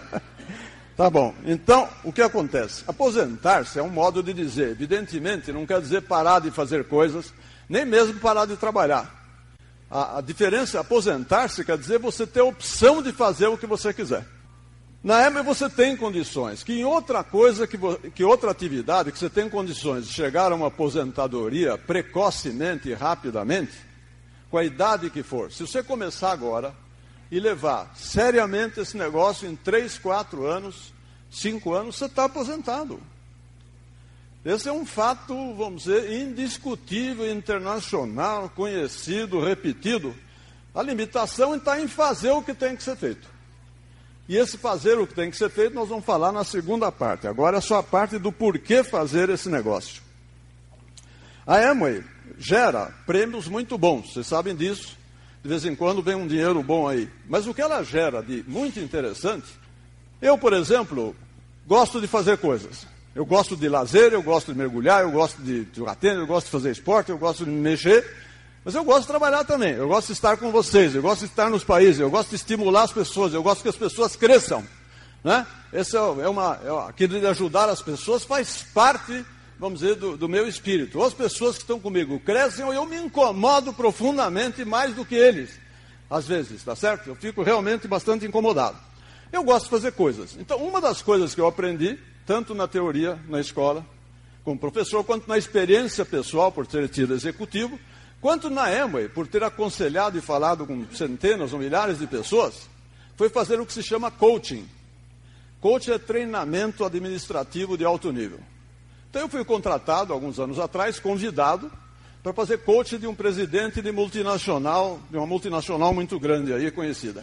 Tá bom, então o que acontece? Aposentar-se é um modo de dizer, evidentemente não quer dizer parar de fazer coisas, nem mesmo parar de trabalhar. A diferença, aposentar-se quer dizer você ter a opção de fazer o que você quiser. Na época você tem condições, que em outra coisa, que outra atividade, que você tem condições de chegar a uma aposentadoria precocemente e rapidamente, com a idade que for. Se você começar agora e levar seriamente esse negócio em 3, 4 anos, 5 anos, você está aposentado. Esse é um fato, vamos dizer, indiscutível, internacional, conhecido, repetido. A limitação está em fazer o que tem que ser feito. E esse fazer o que tem que ser feito, nós vamos falar na segunda parte. Agora é só a parte do porquê fazer esse negócio. A Amway gera prêmios muito bons, vocês sabem disso. De vez em quando vem um dinheiro bom aí. Mas o que ela gera de muito interessante, eu, por exemplo, gosto de fazer coisas. Eu gosto de lazer, eu gosto de mergulhar, eu gosto de jogar tênis, eu gosto de fazer esporte, eu gosto de me mexer. Mas eu gosto de trabalhar também, eu gosto de estar com vocês, eu gosto de estar nos países, eu gosto de estimular as pessoas, eu gosto que as pessoas cresçam. Né? Esse aquilo de ajudar as pessoas faz parte, vamos dizer, do meu espírito. Ou as pessoas que estão comigo crescem, ou eu me incomodo profundamente mais do que eles. Às vezes, tá certo? Eu fico realmente bastante incomodado. Eu gosto de fazer coisas. Então, uma das coisas que eu aprendi, tanto na teoria, na escola, como professor, quanto na experiência pessoal, por ter tido executivo, quanto na Amway, por ter aconselhado e falado com centenas ou milhares de pessoas, foi fazer o que se chama coaching. Coaching é treinamento administrativo de alto nível. Então eu fui contratado, alguns anos atrás, convidado, para fazer coaching de um presidente de multinacional, de uma multinacional muito grande aí, conhecida.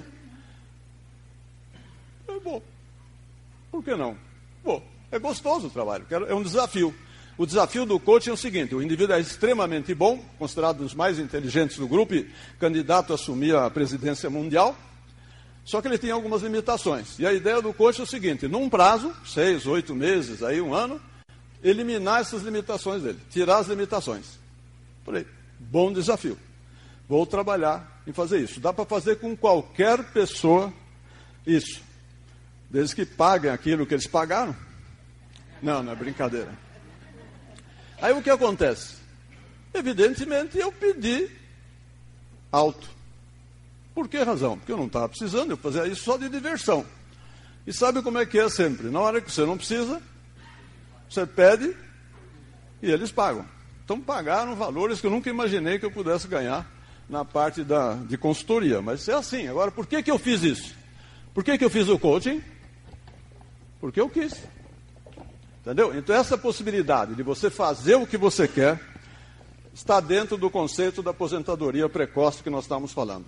Bom, por que não? Bom, é gostoso o trabalho, é um desafio. O desafio do coaching é o seguinte, o indivíduo é extremamente bom, considerado um dos mais inteligentes do grupo e candidato a assumir a presidência mundial, só que ele tem algumas limitações. E a ideia do coaching é o seguinte, num prazo, 6, 8 meses, aí 1 ano, eliminar essas limitações dele, tirar as limitações. Falei, bom desafio. Vou trabalhar em fazer isso. Dá para fazer com qualquer pessoa isso. Desde que paguem aquilo que eles pagaram. Não é brincadeira. Aí o que acontece? Evidentemente eu pedi alto. Por que razão? Porque eu não estava precisando, eu fazia isso só de diversão. E sabe como é que é sempre? Na hora que você não precisa, você pede e eles pagam. Então pagaram valores que eu nunca imaginei que eu pudesse ganhar na parte de consultoria. Mas é assim. Agora, por que eu fiz isso? Por que eu fiz o coaching? Porque eu quis. Entendeu? Então essa possibilidade de você fazer o que você quer está dentro do conceito da aposentadoria precoce que nós estamos falando.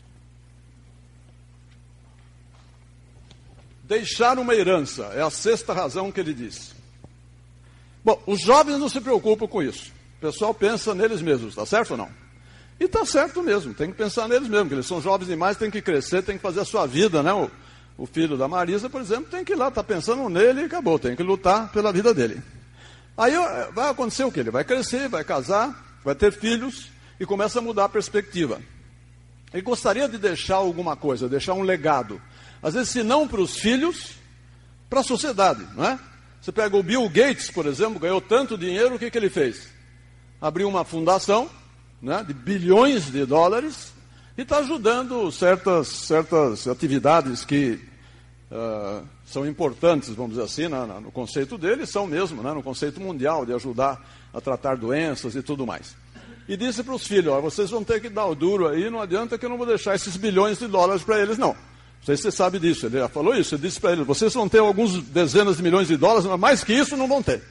Deixar uma herança é a 6ª razão que ele diz. Bom, os jovens não se preocupam com isso. O pessoal pensa neles mesmos, está certo ou não? E está certo mesmo, tem que pensar neles mesmos, porque eles são jovens demais, tem que crescer, tem que fazer a sua vida, né? O filho da Marisa, por exemplo, tem que ir lá, está pensando nele e acabou, tem que lutar pela vida dele. Aí vai acontecer o quê? Ele vai crescer, vai casar, vai ter filhos e começa a mudar a perspectiva. Ele gostaria de deixar alguma coisa, deixar um legado. Às vezes, se não para os filhos, para a sociedade, não é? Você pega o Bill Gates, por exemplo, ganhou tanto dinheiro, o que ele fez? Abriu uma fundação, né, de bilhões de dólares e está ajudando certas atividades que são importantes, vamos dizer assim, no conceito dele, são mesmo, né, no conceito mundial, de ajudar a tratar doenças e tudo mais. E disse para os filhos, vocês vão ter que dar o duro aí, não adianta que eu não vou deixar esses bilhões de dólares para eles, não. Não sei se você sabe disso, ele já falou isso, ele disse para eles, vocês vão ter alguns dezenas de milhões de dólares, mas mais que isso não vão ter.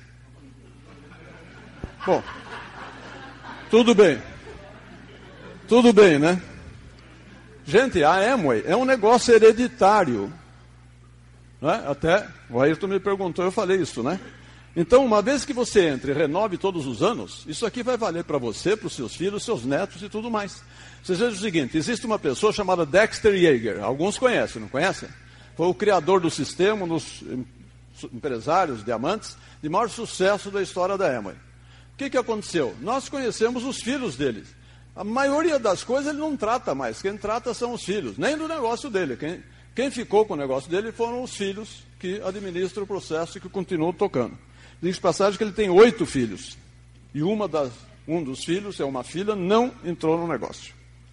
Bom, tudo bem, né? Gente, a Amway é um negócio hereditário. Não é? Até o Ayrton me perguntou, eu falei isso, né? Então, uma vez que você entre e renove todos os anos, isso aqui vai valer para você, para os seus filhos, seus netos e tudo mais. Vocês vejam o seguinte, existe uma pessoa chamada Dexter Yeager, alguns conhecem, não conhecem? Foi o criador do sistema, um dos empresários, diamantes, de maior sucesso da história da Amway. O que aconteceu? Nós conhecemos os filhos dele. A maioria das coisas ele não trata mais, quem trata são os filhos, nem do negócio dele. Quem ficou com o negócio dele foram os filhos que administram o processo e que continuam tocando. Diz de passagem que ele tem 8 filhos. E um dos filhos, é uma filha, não entrou no negócio.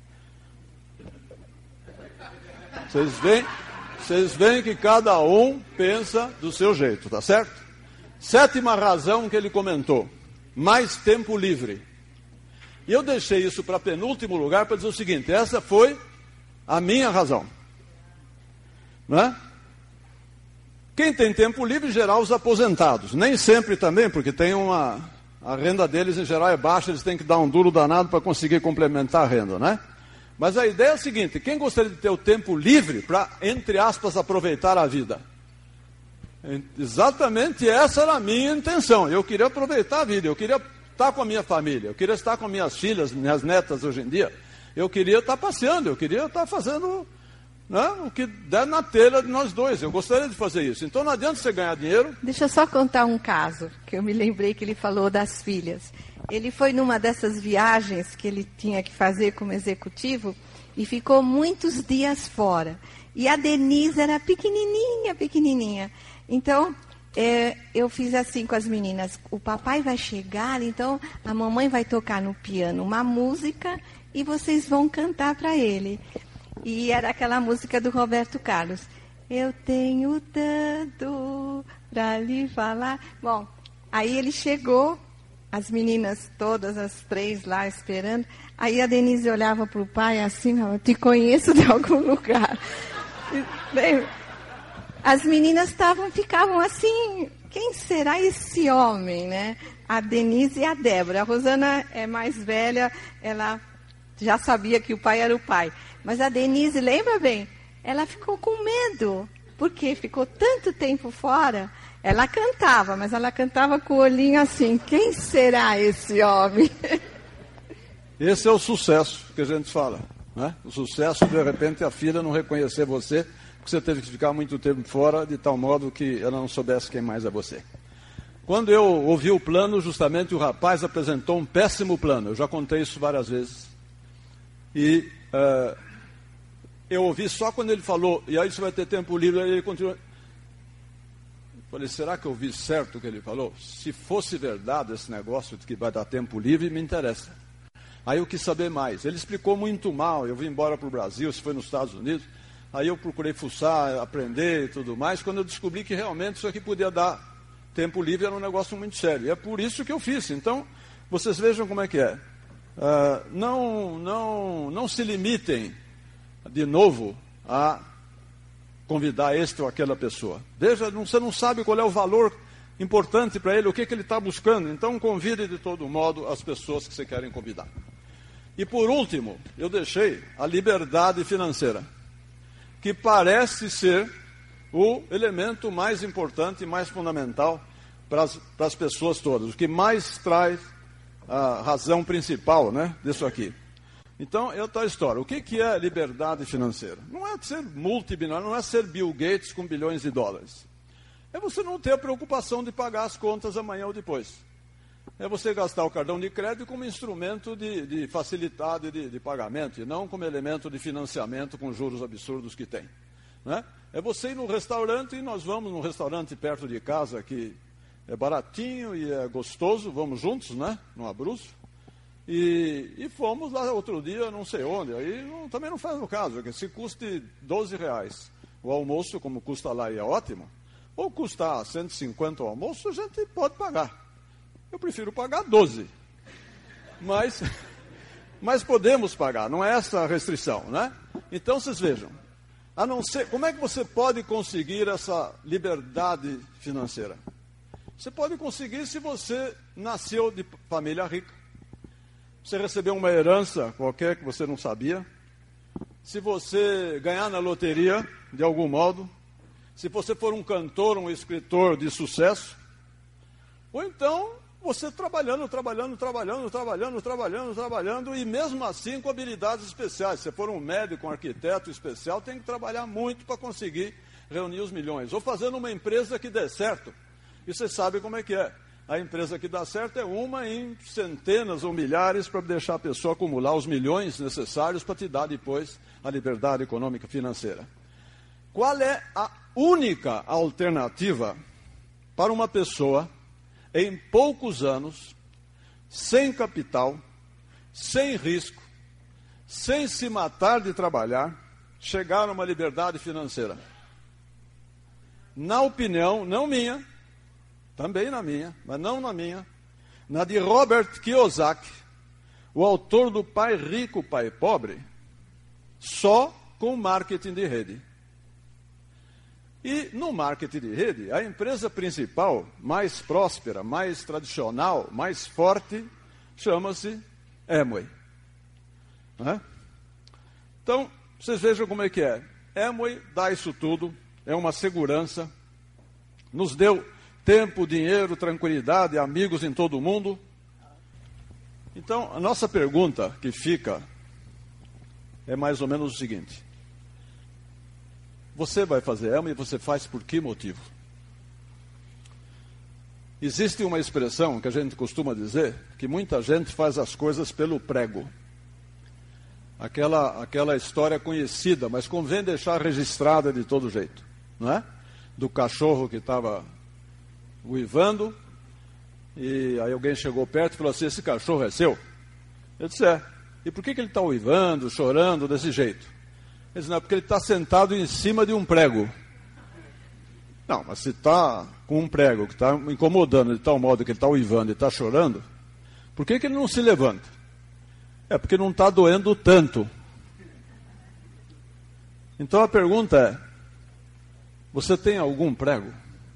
Vocês veem que cada um pensa do seu jeito, tá certo? 7ª razão que ele comentou: mais tempo livre. E eu deixei isso para penúltimo lugar para dizer o seguinte: essa foi a minha razão. Não é? Quem tem tempo livre, em geral, os aposentados. Nem sempre também, porque a renda deles, em geral, é baixa, eles têm que dar um duro danado para conseguir complementar a renda, né? Mas a ideia é a seguinte: quem gostaria de ter o tempo livre para, entre aspas, aproveitar a vida? Exatamente essa era a minha intenção. Eu queria aproveitar a vida, eu queria estar com a minha família, eu queria estar com minhas filhas, minhas netas hoje em dia. Eu queria estar passeando, eu queria estar fazendo... o que der na telha de nós dois. Eu gostaria de fazer isso. Então não adianta você ganhar dinheiro. Deixa eu só contar um caso, que eu me lembrei que ele falou das filhas. Ele foi numa dessas viagens que ele tinha que fazer como executivo e ficou muitos dias fora. E a Denise era pequenininha. Então, eu fiz assim com as meninas: o papai vai chegar, então a mamãe vai tocar no piano uma música e vocês vão cantar para ele. E era aquela música do Roberto Carlos. Eu tenho tanto para lhe falar. Bom, aí ele chegou, as meninas todas, as 3 lá esperando. Aí a Denise olhava para o pai assim: eu te conheço de algum lugar. As meninas ficavam assim: quem será esse homem, né? A Denise e a Débora. A Rosana é mais velha, ela já sabia que o pai era o pai. Mas a Denise, lembra bem? Ela ficou com medo, porque ficou tanto tempo fora. Ela cantava, mas ela cantava com o olhinho assim: quem será esse homem? Esse é o sucesso que a gente fala, né? O sucesso, de repente, a filha não reconhecer você, porque você teve que ficar muito tempo fora, de tal modo que ela não soubesse quem mais é você. Quando eu ouvi o plano, justamente o rapaz apresentou um péssimo plano. Eu já contei isso várias vezes. E eu ouvi só quando ele falou: e aí você vai ter tempo livre. Aí ele continuou. Falei: será que eu ouvi certo o que ele falou? Se fosse verdade esse negócio de que vai dar tempo livre, me interessa. Aí eu quis saber mais. Ele explicou muito mal. Eu vim embora para o Brasil, isso foi nos Estados Unidos. Aí eu procurei fuçar, aprender e tudo mais. Quando eu descobri que realmente isso aqui podia dar tempo livre, era um negócio muito sério. E é por isso que eu fiz. Então, vocês vejam como é que é. Não se limitem, de novo, a convidar este ou aquela pessoa. Veja, você não sabe qual é o valor importante para ele, o que ele está buscando. Então, convide de todo modo as pessoas que você querem convidar. E por último, eu deixei a liberdade financeira, que parece ser o elemento mais importante e mais fundamental para as pessoas todas, o que mais traz a razão principal, né, disso aqui. Então, é outra história. O que é liberdade financeira? Não é ser multibilionário, não é ser Bill Gates com bilhões de dólares. É você não ter a preocupação de pagar as contas amanhã ou depois. É você gastar o cartão de crédito como instrumento de facilidade de pagamento, e não como elemento de financiamento com juros absurdos que tem, né? É você ir no restaurante, e nós vamos num restaurante perto de casa que é baratinho e é gostoso, vamos juntos, né, no Abruzzo. E fomos lá outro dia, não sei onde, aí também não faz o caso, porque se custe R$12 o almoço, como custa lá e é ótimo, ou custar 150 o almoço, a gente pode pagar. Eu prefiro pagar 12, mas podemos pagar, não é essa a restrição, né? Então vocês vejam, a não ser, como é que você pode conseguir essa liberdade financeira? Você pode conseguir se você nasceu de família rica, você recebeu uma herança qualquer que você não sabia, se você ganhar na loteria, de algum modo, se você for um cantor, um escritor de sucesso, Ou então, você trabalhando, e mesmo assim com habilidades especiais. Se for um médico, um arquiteto especial, tem que trabalhar muito para conseguir reunir os milhões. Ou fazendo uma empresa que dê certo. E você sabe como é que é. A empresa que dá certo é uma em centenas ou milhares para deixar a pessoa acumular os milhões necessários para te dar depois a liberdade econômica financeira. Qual é a única alternativa para uma pessoa, em poucos anos, sem capital, sem risco, sem se matar de trabalhar, chegar a uma liberdade financeira? Na opinião, não minha, também na minha, mas não na minha, na de Robert Kiyosaki, o autor do Pai Rico, Pai Pobre, só com marketing de rede. E no marketing de rede, a empresa principal, mais próspera, mais tradicional, mais forte, chama-se Amway. Então, vocês vejam como é que é. Amway dá isso tudo, é uma segurança, nos deu tempo, dinheiro, tranquilidade, amigos em todo o mundo. Então, a nossa pergunta que fica é mais ou menos o seguinte: você vai fazer Amway e você faz por que motivo? Existe uma expressão que a gente costuma dizer que muita gente faz as coisas pelo prego. Aquela história conhecida, mas convém deixar registrada de todo jeito, não é? Do cachorro que estava uivando, e aí alguém chegou perto e falou assim: esse cachorro é seu? Eu disse: é. E por que ele está uivando, chorando desse jeito? Ele disse: não, porque ele está sentado em cima de um prego. Não, mas se está com um prego que está incomodando de tal modo que ele está uivando e está chorando, por que ele não se levanta? É porque não está doendo tanto. Então a pergunta é: você tem algum prego?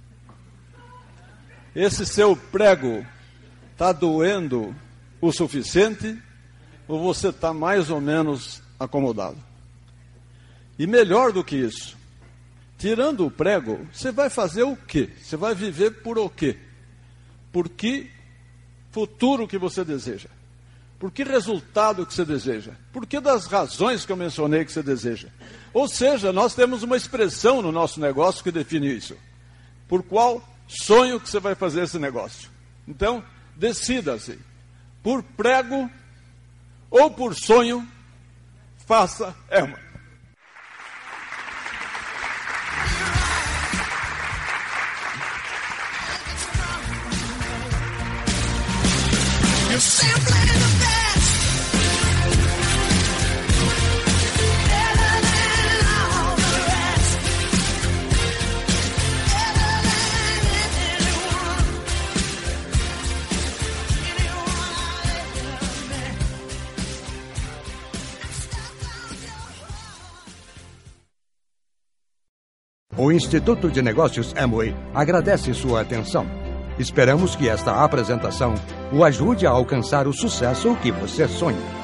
Esse seu prego está doendo o suficiente ou você está mais ou menos acomodado? E melhor do que isso, tirando o prego, você vai fazer o quê? Você vai viver por o quê? Por que futuro que você deseja? Por que resultado que você deseja? Por que das razões que eu mencionei que você deseja? Ou seja, nós temos uma expressão no nosso negócio que define isso. Por qual sonho que você vai fazer esse negócio? Então, decida-se. Por prego ou por sonho, faça Amway. O Instituto de Negócios Amway agradece sua atenção. Esperamos que esta apresentação o ajude a alcançar o sucesso que você sonha.